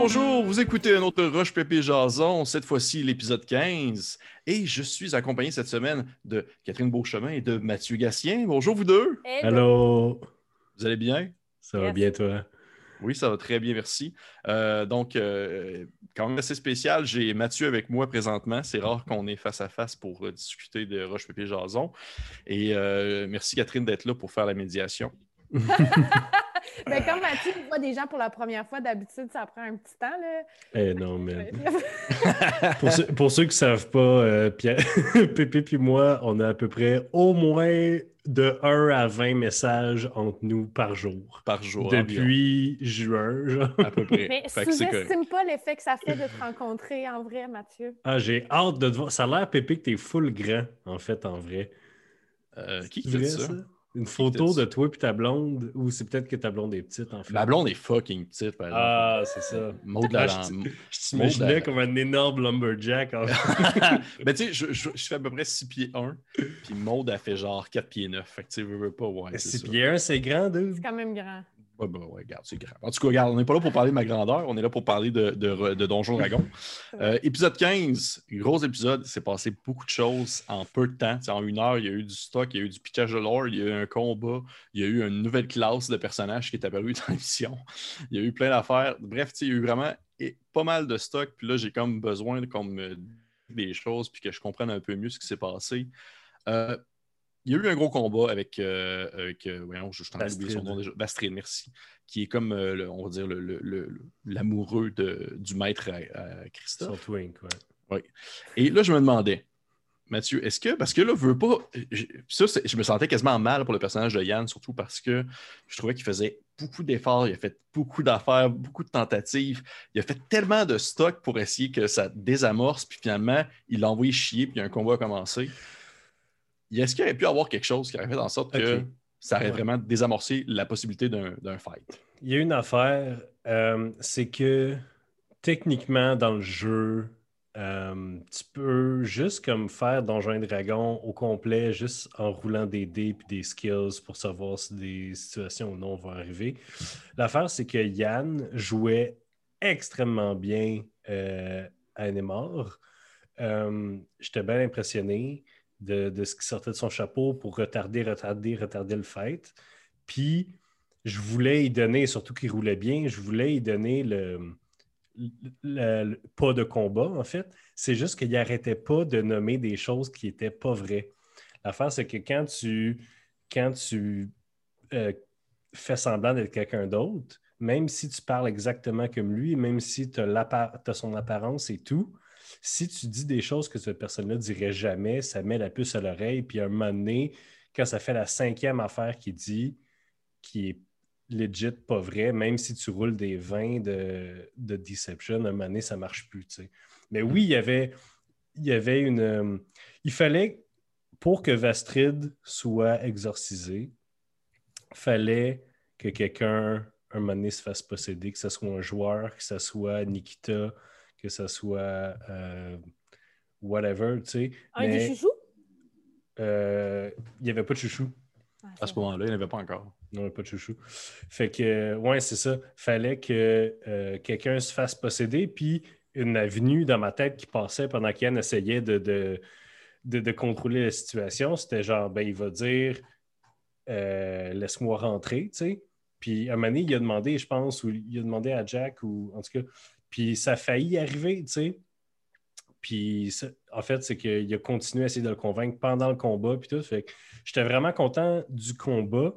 Bonjour, vous écoutez un autre Roche Pépé Jason, cette fois-ci l'épisode 15. Et je suis accompagné cette semaine de Catherine Beauchemin et de Mathieu Gatien. Bonjour vous deux. Allô, Vous allez bien? ça va bien toi? Oui, ça va très bien, merci. Donc, quand même assez spécial, j'ai Mathieu avec moi présentement. C'est rare qu'on est face à face pour discuter de Roche Pépé Jason. Et merci Catherine d'être là pour faire la médiation. Ben, comme Mathieu voit des gens pour la première fois, d'habitude, ça prend un petit temps. Là. Non, mais pour ceux qui ne savent pas, Pépé puis moi, on a à peu près au moins de 1 à 20 messages entre nous par jour. Par jour, depuis juin, genre. À peu près. Mais sous-estime pas l'effet que ça fait de te rencontrer en vrai, Mathieu. Ah, j'ai hâte de te voir. Ça a l'air, Pépé, que t'es full grand, en fait, en vrai. Qui C'est fait vrai, ça? Une photo de toi et ta blonde, ou c'est peut-être que ta blonde est petite, en fait. Ma blonde est fucking petite, par exemple. Ah, c'est ça. Maud Je t'imaginais comme un énorme lumberjack. En fait. Ben, tu sais, je fais à peu près 6 pieds 1, puis Maud a fait genre 4 pieds 9. Fait que tu sais, veux pas, ouais. 6 pieds 1, c'est grand, dude. C'est quand même grand. Ouais, regarde, c'est grand. En tout cas, regarde, on n'est pas là pour parler de ma grandeur, on est là pour parler de Donjons Dragons. Épisode 15, gros épisode, il s'est passé beaucoup de choses en peu de temps. T'sais, en 1 heure, il y a eu du stock, il y a eu du pitchage de lore, il y a eu un combat, il y a eu une nouvelle classe de personnages qui est apparue dans l'émission. Il y a eu plein d'affaires. Bref, il y a eu vraiment pas mal de stock. Puis là, j'ai comme besoin de me dire des choses puis que je comprenne un peu mieux ce qui s'est passé. Il y a eu un gros combat avec voyons, je suis en train d'oublier son nom déjà. Bastrid, merci. Qui est comme, on va dire, l'amoureux du maître à Christophe. Son twink, ouais. Oui. Et là, je me demandais, Mathieu, est-ce que, parce que là, veux pas, je me sentais quasiment mal pour le personnage de Yann, surtout parce que je trouvais qu'il faisait beaucoup d'efforts, il a fait beaucoup d'affaires, beaucoup de tentatives, il a fait tellement de stock pour essayer que ça désamorce, puis finalement, il l'a envoyé chier, puis un combat a commencé. Est-ce qu'il aurait pu avoir quelque chose qui aurait fait en sorte que ça aurait vraiment désamorcé la possibilité d'un fight? Il y a une affaire, c'est que techniquement, dans le jeu, tu peux juste comme faire Donjons et Dragons au complet, juste en roulant des dés et des skills pour savoir si des situations ou non vont arriver. L'affaire, c'est que Yann jouait extrêmement bien à Enemar. J'étais bien impressionné de ce qui sortait de son chapeau pour retarder le fight. Puis, je voulais y donner, surtout qu'il roulait bien, je voulais y donner le pas de combat, en fait. C'est juste qu'il n'arrêtait pas de nommer des choses qui n'étaient pas vraies. L'affaire, c'est que quand tu fais semblant d'être quelqu'un d'autre, même si tu parles exactement comme lui, même si tu as son apparence et tout, si tu dis des choses que cette personne-là ne dirait jamais, ça met la puce à l'oreille. Puis à un moment donné, quand ça fait la 5e affaire qu'il dit, qui est legit pas vrai, même si tu roules des 20 de Deception, à un moment donné, ça ne marche plus. T'sais. Mais oui, il y avait une... il fallait, pour que Vastrid soit exorcisé, fallait que quelqu'un, un moment donné, se fasse posséder, que ce soit un joueur, que ce soit Nikita, que ce soit whatever, tu sais. Un des chouchous? Il n'y avait pas de chouchou. À ce moment-là, il n'y en avait pas encore. Non, il n'y avait pas de chouchou. Fait que, ouais, c'est ça. Fallait que quelqu'un se fasse posséder, puis une avenue dans ma tête qui passait pendant qu'Yann essayait de contrôler la situation, c'était genre, ben, il va dire laisse-moi rentrer, tu sais. Puis à un moment donné, il a demandé, je pense, ou il a demandé à Jack, ou en tout cas, puis ça a failli arriver, tu sais. Puis ça, en fait, c'est qu'il a continué à essayer de le convaincre pendant le combat, puis tout. Fait que j'étais vraiment content du combat.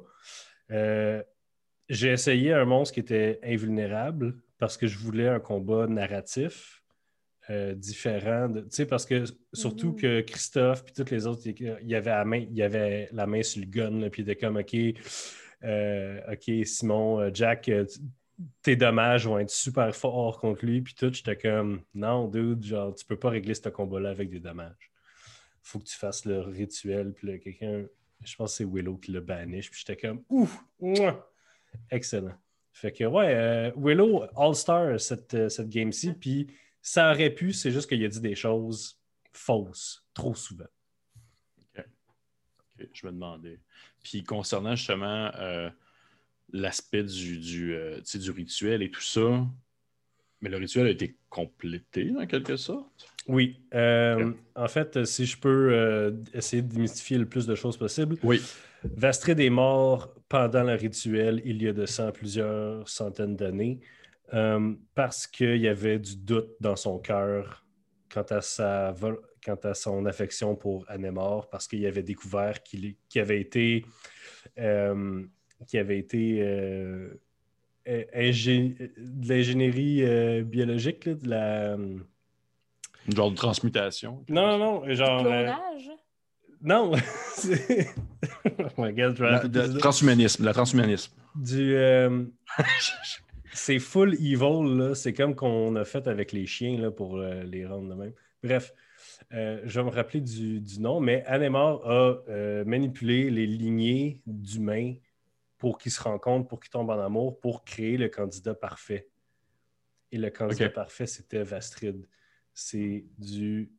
J'ai essayé un monstre qui était invulnérable parce que je voulais un combat narratif. Différent tu sais, parce que surtout que Christophe puis tous les autres, il y avait la main sur le gun, là, puis il était comme OK, Simon, Jack, tes dommages vont être super forts contre lui, puis tout, j'étais comme non, dude, genre, tu peux pas régler ce combat-là avec des dommages. Faut que tu fasses le rituel, puis là, quelqu'un, je pense que c'est Willow qui le banish, puis j'étais comme ouf, excellent. Fait que ouais, Willow All-Star cette game-ci, puis ça aurait pu, c'est juste qu'il a dit des choses fausses trop souvent. OK, je me demandais. Puis concernant justement l'aspect du rituel et tout ça, Mais le rituel a été complété, en quelque sorte. Oui. En fait, si je peux essayer de démystifier le plus de choses possible, Oui. Vastrid est mort pendant le rituel il y a de ça plusieurs centaines d'années parce qu'il y avait du doute dans son cœur quant à son affection pour Anémor, parce qu'il avait découvert qu'il avait été euh, de l'ingénierie biologique, là, de la... Une genre de transmutation. Non, non, Du genre... clonage? non! Oh my God, je vais répéter ça. Transhumanisme, la transhumanisme. C'est full evil, là. C'est comme qu'on a fait avec les chiens là, pour les rendre de même. Bref, je vais me rappeler du nom, mais Anémor a manipulé les lignées d'humains pour qu'ils se rencontrent, pour qu'ils tombent en amour, pour créer le candidat parfait. Et le candidat parfait, c'était Vastrid. C'est du...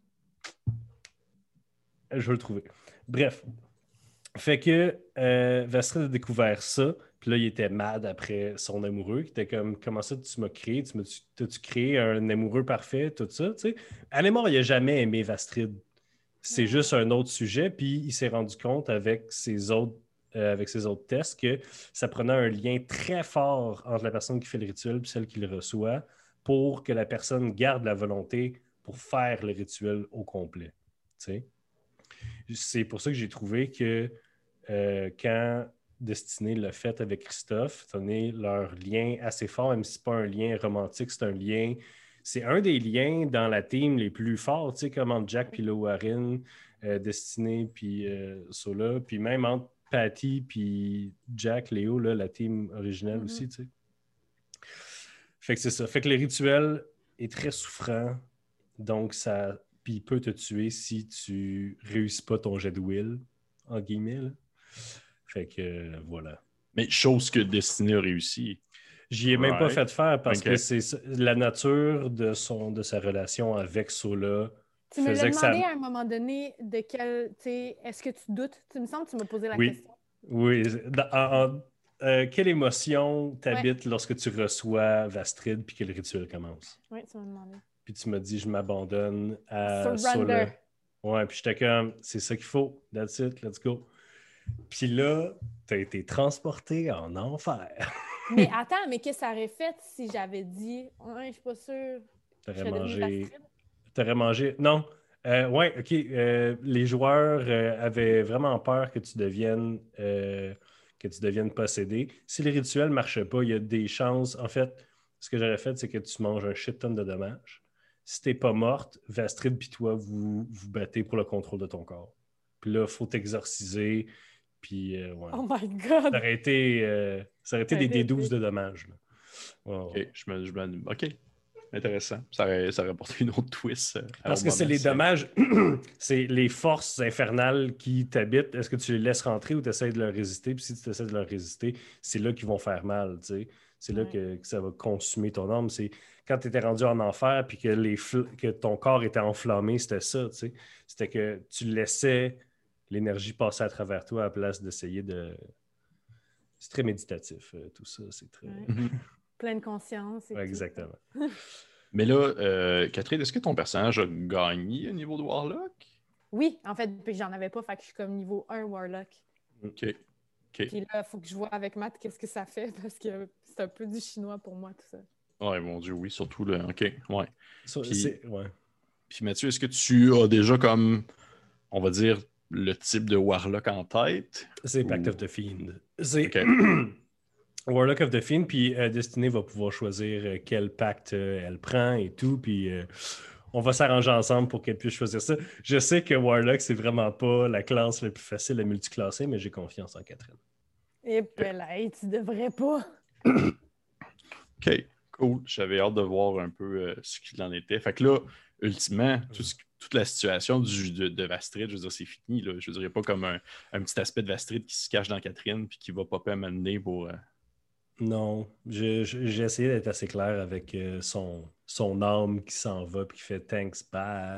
Je vais le trouver. Bref. Fait que Vastrid a découvert ça, puis là, il était mad après son amoureux, qui était comme, comment ça tu m'as créé? T'as-tu créé un amoureux parfait, tout ça, tu sais? Anémor, il n'a jamais aimé Vastrid. C'est juste un autre sujet, puis il s'est rendu compte avec ses autres tests que ça prenait un lien très fort entre la personne qui fait le rituel et celle qui le reçoit pour que la personne garde la volonté pour faire le rituel au complet. Tu sais? C'est pour ça que j'ai trouvé que quand Destinée l'a fait avec Christophe, étant donné leur lien assez fort, même si ce n'est pas un lien romantique, c'est un des liens dans la team les plus forts, tu sais, comme entre Jack et Lowarin, Destinée puis Sola, puis même entre Patty puis Jack, Léo, là, la team originelle aussi, tu sais. Fait que c'est ça. Fait que le rituel est très souffrant, donc ça... Puis il peut te tuer si tu réussis pas ton jet de will, en guillemets, là. Fait que voilà. Mais chose que Destiny a réussi. J'y ai même pas fait faire parce Ok. que c'est la nature de sa relation avec Sola. Tu me l'as faisait que ça... demandé à un moment donné de quel, tu sais, est-ce que tu doutes? Tu me semble que tu m'as posé la Oui. question. Oui. Quelle émotion t'habite lorsque tu reçois Vastrid puis que le rituel commence? Oui, tu m'as demandé. Puis tu m'as dit, je m'abandonne à Surrender. Sola. Ouais, puis j'étais comme, c'est ça qu'il faut. That's it, let's go. Puis là, t'as été transporté en enfer. Mais attends, mais qu'est-ce que ça aurait fait si j'avais dit, ouais, je suis pas sûre. T'aurais mangé. Non. Ouais, OK. Les joueurs avaient vraiment peur que tu deviennes possédé. Si le rituel ne marchait pas, il y a des chances. En fait, ce que j'aurais fait, c'est que tu manges un shit ton de dommages. Si t'es pas morte, Vastrid puis toi, vous battez pour le contrôle de ton corps. Puis là, il faut t'exorciser. Puis, ouais. Oh my God! Ça aurait été des D12 de dommages. OK. OK. Intéressant. Ça aurait porté une autre twist. Parce que c'est les dommages, c'est les forces infernales qui t'habitent. Est-ce que tu les laisses rentrer ou tu essaies de leur résister? Puis si tu essaies de leur résister, c'est là qu'ils vont faire mal. T'sais. C'est là que ça va consumer ton âme. C'est quand tu étais rendu en enfer puis que ton corps était enflammé, c'était ça. T'sais. C'était que tu laissais l'énergie passer à travers toi à la place d'essayer de... C'est très méditatif, tout ça. C'est très... Pleine conscience. Ouais, exactement. Mais là, Catherine, est-ce que ton personnage a gagné au niveau de Warlock? Oui, en fait, puis j'en avais pas, fait que je suis comme niveau 1 Warlock. OK. Puis là, il faut que je vois avec Matt qu'est-ce que ça fait, parce que c'est un peu du chinois pour moi, tout ça. Ouais, mon Dieu, oui, surtout le... OK, ouais. Ouais. Puis Mathieu, est-ce que tu as déjà comme, on va dire, le type de Warlock en tête? C'est Pact of the Fiend. C'est... OK. Warlock of the Fiend, puis Destiny va pouvoir choisir quel pacte elle prend et tout, puis on va s'arranger ensemble pour qu'elle puisse choisir ça. Je sais que Warlock, c'est vraiment pas la classe la plus facile à multiclasser, mais j'ai confiance en Catherine. Et puis là, tu devrais pas. OK, cool. J'avais hâte de voir un peu ce qu'il en était. Fait que là, ultimement, toute la situation de Vastrid, je veux dire, c'est fini. Là. Je veux dire, il n'y a pas comme un petit aspect de Vastrid qui se cache dans Catherine puis qui va popper à m'amener pour... Non, j'ai essayé d'être assez clair avec son âme qui s'en va puis qui fait « thanks, bye ».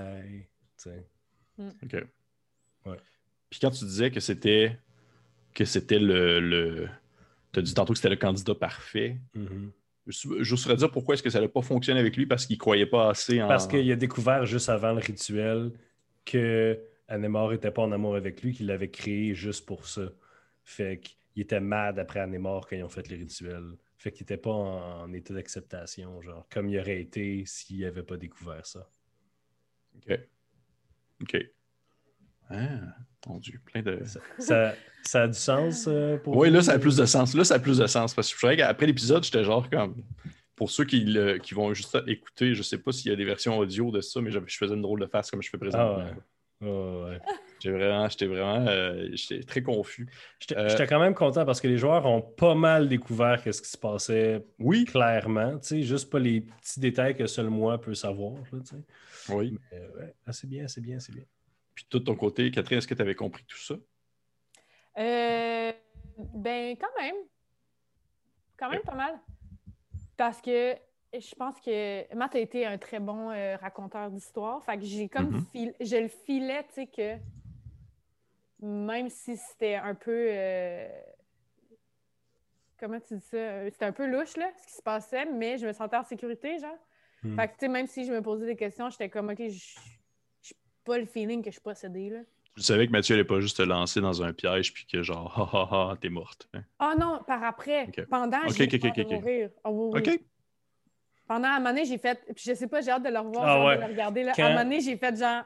OK. Ouais. Puis quand tu disais que c'était le... Tu as dit tantôt que c'était le candidat parfait. Mm-hmm. Je saurais dire pourquoi est-ce que ça n'a pas fonctionné avec lui, parce qu'il ne croyait pas assez en... Parce qu'il a découvert juste avant le rituel que Anémor n'était pas en amour avec lui, qu'il l'avait créé juste pour ça. Fait qu'il était mad après Anémor quand ils ont fait le rituel. Fait qu'il n'était pas en état d'acceptation, genre, comme il aurait été s'il n'avait pas découvert ça. OK. Ah, mon Dieu, plein de... Ça a du sens pour Oui, vous? là, ça a plus de sens. Là, ça a plus de sens. Parce que je savais qu'après l'épisode, j'étais genre comme... Pour ceux qui vont juste écouter, je sais pas s'il y a des versions audio de ça, mais je faisais une drôle de face comme je fais présentement. Ouais. J'étais très confus. J'étais quand même content parce que les joueurs ont pas mal découvert ce qui se passait clairement. Juste pas les petits détails que seul moi peux savoir. Là, oui. Mais, ouais, c'est bien. Puis de ton côté, Catherine, est-ce que tu avais compris tout ça? Ben, quand même. Quand même pas mal. Parce que je pense que Matt a été un très bon raconteur d'histoire. Fait que j'ai comme je le filais, tu sais, que même si c'était un peu... comment tu dis ça? C'était un peu louche, là, ce qui se passait, mais je me sentais en sécurité, genre. Fait que, tu sais, même si je me posais des questions, j'étais comme, OK, j'ai pas le feeling que je suis possédée, là. Tu savais que Mathieu allait pas juste te lancer dans un piège puis que genre, ha, t'es morte. Hein? Ah non, par après. Okay. Pendant, j'ai mourir. Oh, oui. OK. Pendant un moment donné, j'ai fait... Puis je sais pas, j'ai hâte de le revoir, de le regarder, là. À un moment donné, j'ai fait genre...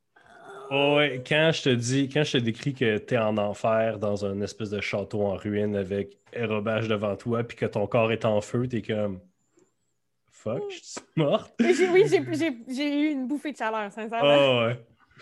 Oh, ouais, quand je te décris que t'es en enfer dans un espèce de château en ruine avec érobage devant toi puis que ton corps est en feu, t'es comme... Fuck, je suis morte. J'ai eu une bouffée de chaleur, sincèrement.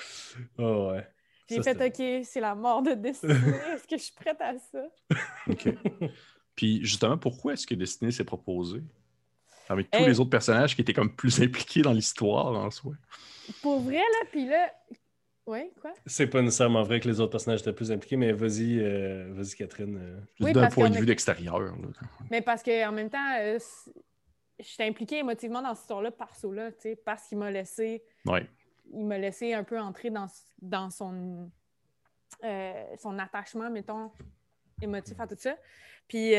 Oh ouais. J'ai fait, OK, c'est la mort de Destiny. Est-ce que je suis prête à ça? OK. Puis justement, pourquoi est-ce que Destiny s'est proposé? Parmi tous les autres personnages qui étaient comme plus impliqués dans l'histoire en soi. Pour vrai, là, puis là... Oui, quoi? C'est pas nécessairement vrai que les autres personnages étaient plus impliqués, mais vas-y, Catherine. Juste d'un point de vue d'extérieur. Là. Mais parce qu'en même temps, j'étais impliquée émotivement dans cette histoire-là par Sola, tu sais, parce qu'il m'a laissé... Ouais. Il m'a laissé un peu entrer dans son attachement, mettons, émotif à tout ça. Puis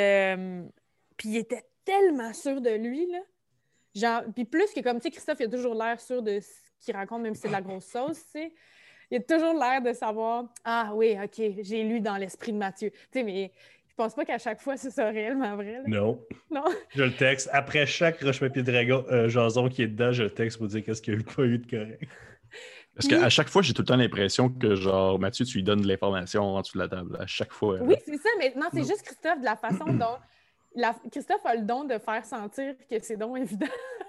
il était tellement sûr de lui, là. Genre, puis plus que comme, tu sais, Christophe, il a toujours l'air sûr de ce qu'il raconte, même si c'est de la grosse sauce, tu sais. Il a toujours l'air de savoir, ah oui, OK, j'ai lu dans l'esprit de Mathieu. Tu sais, mais je pense pas qu'à chaque fois, ce soit réellement vrai. Là. Non. Non. Je le texte. Après chaque Roche-Papier-Dragon, Jason qui est dedans, je le texte pour dire qu'est-ce qu'il n'y a pas eu de correct. Parce qu'à chaque fois, j'ai tout le temps l'impression que, genre, Mathieu, tu lui donnes de l'information en dessous de la table. À chaque fois. Oui, c'est ça, mais non, c'est juste Christophe, de la façon dont... Christophe a le don de faire sentir que c'est donc évident.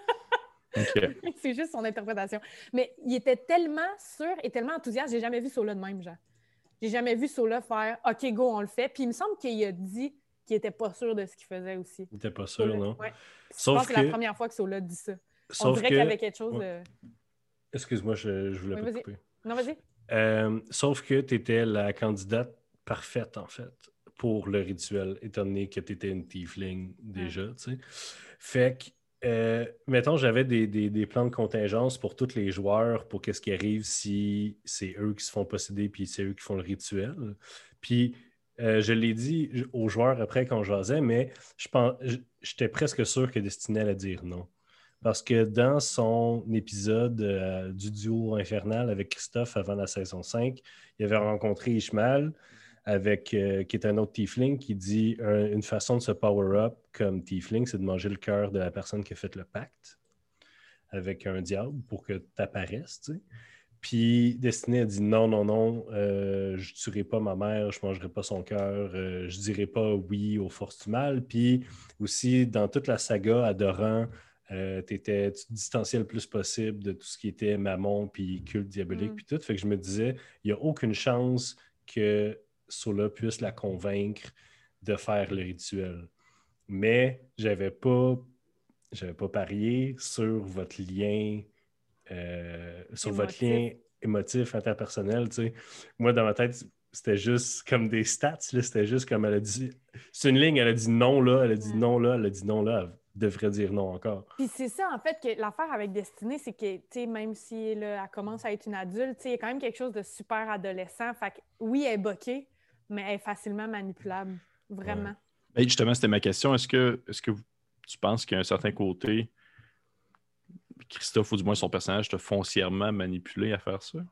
Okay. C'est juste son interprétation. Mais il était tellement sûr et tellement enthousiaste, j'ai jamais vu Sola de même, genre. J'ai jamais vu Sola faire « OK, go, on le fait ». Puis il me semble qu'il a dit qu'il était pas sûr de ce qu'il faisait aussi. Il était pas sûr, Sola, non? Ouais. Je pense que c'est la première fois que Sola dit ça. On dirait qu'il y avait quelque chose de... Excuse-moi, je voulais pas te couper. Non, vas-y. Sauf que tu étais la candidate parfaite, en fait, pour le rituel, étant donné que tu étais une tiefling déjà, tu sais. Fait que, mettons, j'avais des plans de contingence pour tous les joueurs, pour qu'est-ce qui arrive si c'est eux qui se font posséder puis c'est eux qui font le rituel. Puis, je l'ai dit aux joueurs après quand je jasais, mais j'étais presque sûr que Destiny allait dire non. Parce que dans son épisode du duo infernal avec Christophe avant la saison 5, il avait rencontré Ishmael, qui est un autre tiefling, qui dit une façon de se power-up comme tiefling, c'est de manger le cœur de la personne qui a fait le pacte avec un diable pour que tu apparaisses. Tu sais. Puis Destiny a dit non, je ne tuerai pas ma mère, je ne mangerai pas son cœur, je ne dirai pas oui aux forces du mal. Puis aussi, dans toute la saga, adorant... tu te distanciais le plus possible de tout ce qui était mammon puis culte diabolique puis tout. Fait que je me disais, il n'y a aucune chance que Sola puisse la convaincre de faire le rituel. Mais j'avais pas parié sur votre lien émotif interpersonnel. T'sais. Moi, dans ma tête, c'était juste comme des stats. Là. C'était juste comme elle a dit. C'est une ligne, elle a dit non là, elle a dit non là, elle a dit non là. Elle devrait dire non encore. Puis c'est ça, en fait, que l'affaire avec Destiny, c'est que, tu sais, même si là, elle commence à être une adulte, tu sais, il y a quand même quelque chose de super adolescent. Fait que oui, elle est boquée, mais elle est facilement manipulable. Vraiment. Ouais. Justement, c'était ma question. Est-ce que tu penses qu'il y a un certain côté, Christophe, ou du moins son personnage, t'a foncièrement manipulé à faire ça?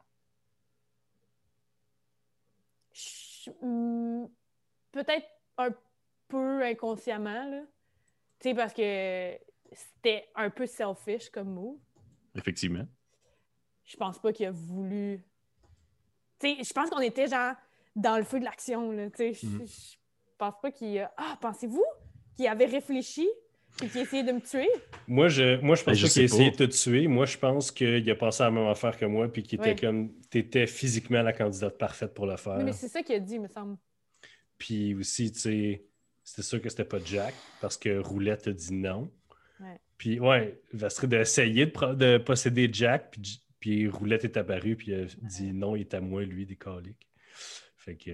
Peut-être un peu inconsciemment, là. Tu sais, parce que c'était un peu selfish comme move. Effectivement. Je pense pas qu'il a voulu... Tu sais, je pense qu'on était genre dans le feu de l'action, là. Tu sais, je pense pas qu'il a... Ah, pensez-vous qu'il avait réfléchi et qu'il essayait de me tuer? Moi, je pense pas qu'il a essayé pas. de te tuer. Moi, je pense qu'il a pensé à la même affaire que moi, puis qu'il était Ouais. comme... T'étais physiquement la candidate parfaite pour le faire. Oui, mais c'est ça qu'il a dit, me semble. Puis aussi, tu sais, c'était sûr que c'était pas Jack, parce que Roulette a dit non. Ouais. Puis, ouais, Vastrid a essayé de posséder Jack, puis Roulette est apparu, puis il a dit non, il est à moi, lui, des caliques. Fait que...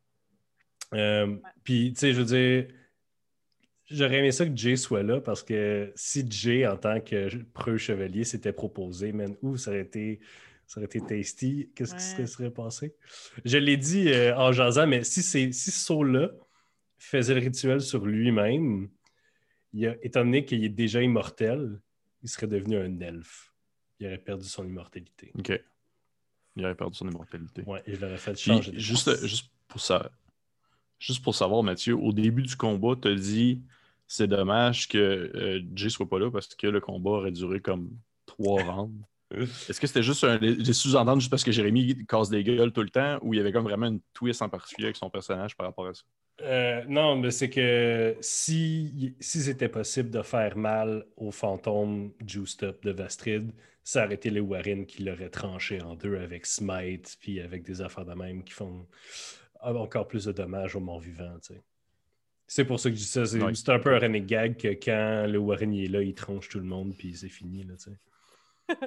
Puis, tu sais, je veux dire, j'aurais aimé ça que Jay soit là, parce que si Jay, en tant que preux chevalier, s'était proposé, man, ça aurait été tasty. Qu'est-ce qui se serait passé? Je l'ai dit en jasant, mais si ce saut-là faisait le rituel sur lui-même, étant donné qu'il est déjà immortel, il serait devenu un elfe. Il aurait perdu son immortalité. OK. Il aurait perdu son immortalité. Ouais, et je l'aurais fait changer de juste pour ça. Juste pour savoir, Mathieu, au début du combat, tu as dit c'est dommage que Jay soit pas là parce que le combat aurait duré comme 3 rounds. Est-ce que c'était juste des sous-entendus juste parce que Jérémy casse des gueules tout le temps ou il y avait comme vraiment une twist en particulier avec son personnage par rapport à ça? Non, mais c'est que si c'était possible de faire mal au fantôme Juiced Up de Vastrid, ça aurait été les Warren qui l'auraient tranché en deux avec Smite puis avec des affaires de même qui font encore plus de dommages aux morts vivants. Tu sais. C'est pour ça que je dis ça. C'est un peu un running gag que quand le Warren est là, il tranche tout le monde puis c'est fini. Là, tu sais.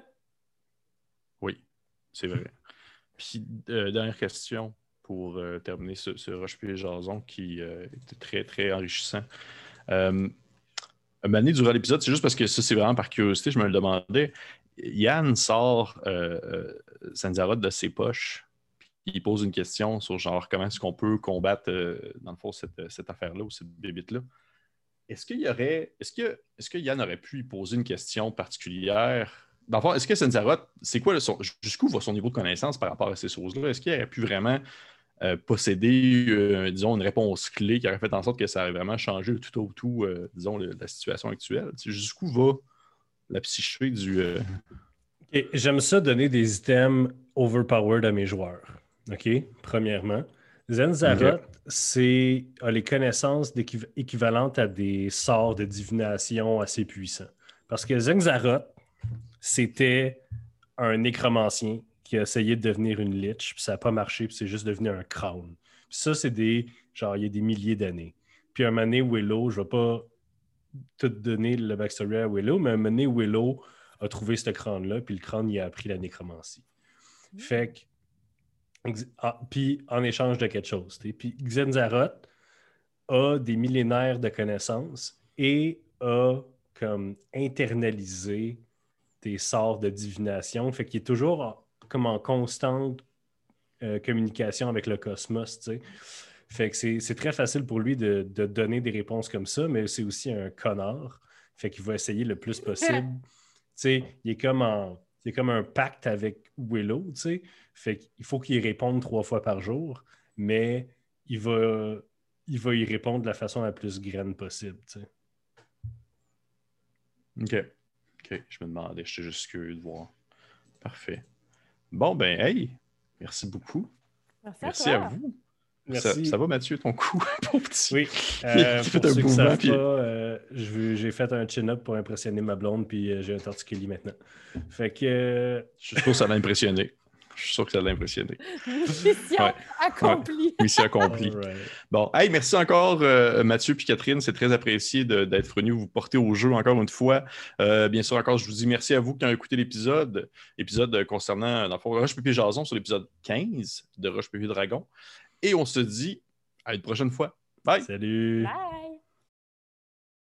Oui, c'est vrai. Puis, dernière question pour terminer ce Roche Papier Jason qui était très, très enrichissant. Un moment donné, durant l'épisode, c'est juste parce que ça, c'est vraiment par curiosité, je me le demandais. Yann sort Sanzaroth de ses poches, puis il pose une question sur genre comment est-ce qu'on peut combattre, dans le fond, cette affaire-là ou cette bébite-là. Est-ce que Yann aurait pu lui poser une question particulière? Dans le fond, est-ce que Sanzaroth, c'est quoi jusqu'où va son niveau de connaissance par rapport à ces choses-là? Est-ce qu'il aurait pu vraiment posséder, disons, une réponse clé qui aurait fait en sorte que ça aurait vraiment changé le tout au tout, disons, la situation actuelle? Jusqu'où va la psyché du... Okay. J'aime ça donner des items overpowered à mes joueurs. OK? Premièrement. Zanzaroth, a les connaissances équivalentes à des sorts de divination assez puissants. Parce que Zanzaroth, c'était un nécromancien qui a essayé de devenir une lich, puis ça n'a pas marché, puis c'est juste devenu un crâne. Puis ça, c'est il y a des milliers d'années. Puis un moment donné, Willow, je ne vais pas tout donner le backstory à Willow, mais un moment donné, Willow a trouvé ce crâne-là, puis le crâne, il a appris la nécromancie. Fait que, puis en échange de quelque chose. Puis Xenzaroth a des millénaires de connaissances et a comme internalisé des sorts de divination. Fait qu'il est toujours comme en constante communication avec le cosmos, tu sais. Fait que c'est très facile pour lui de donner des réponses comme ça, mais c'est aussi un connard. Fait qu'il va essayer le plus possible. Tu sais, il est comme un pacte avec Willow, tu sais. Fait qu'il faut qu'il réponde 3 fois par jour, mais il va y répondre de la façon la plus graine possible, tu sais. OK. Je me demandais, j'étais juste curieux de voir. Parfait. Bon, ben, hey, merci beaucoup. Merci à vous. Merci. Ça va, Mathieu, ton coup, pour petit? Oui. Pour ceux qui ne savent pas, j'ai fait un chin-up pour impressionner ma blonde, puis j'ai un torticolis maintenant. Fait que... Je suis sûr que ça l'a impressionné. Je suis sûr que ça l'a impressionné. Mission accomplie. Mission accomplie. Right. Bon, hey, merci encore Mathieu et Catherine. C'est très apprécié d'être venus vous porter au jeu encore une fois. Bien sûr, encore, je vous dis merci à vous qui avez écouté l'épisode concernant, dans le fond, Roche Papier Jason sur l'épisode 15 de Roche Papier Dragon. Et on se dit à une prochaine fois. Bye! Salut! Bye!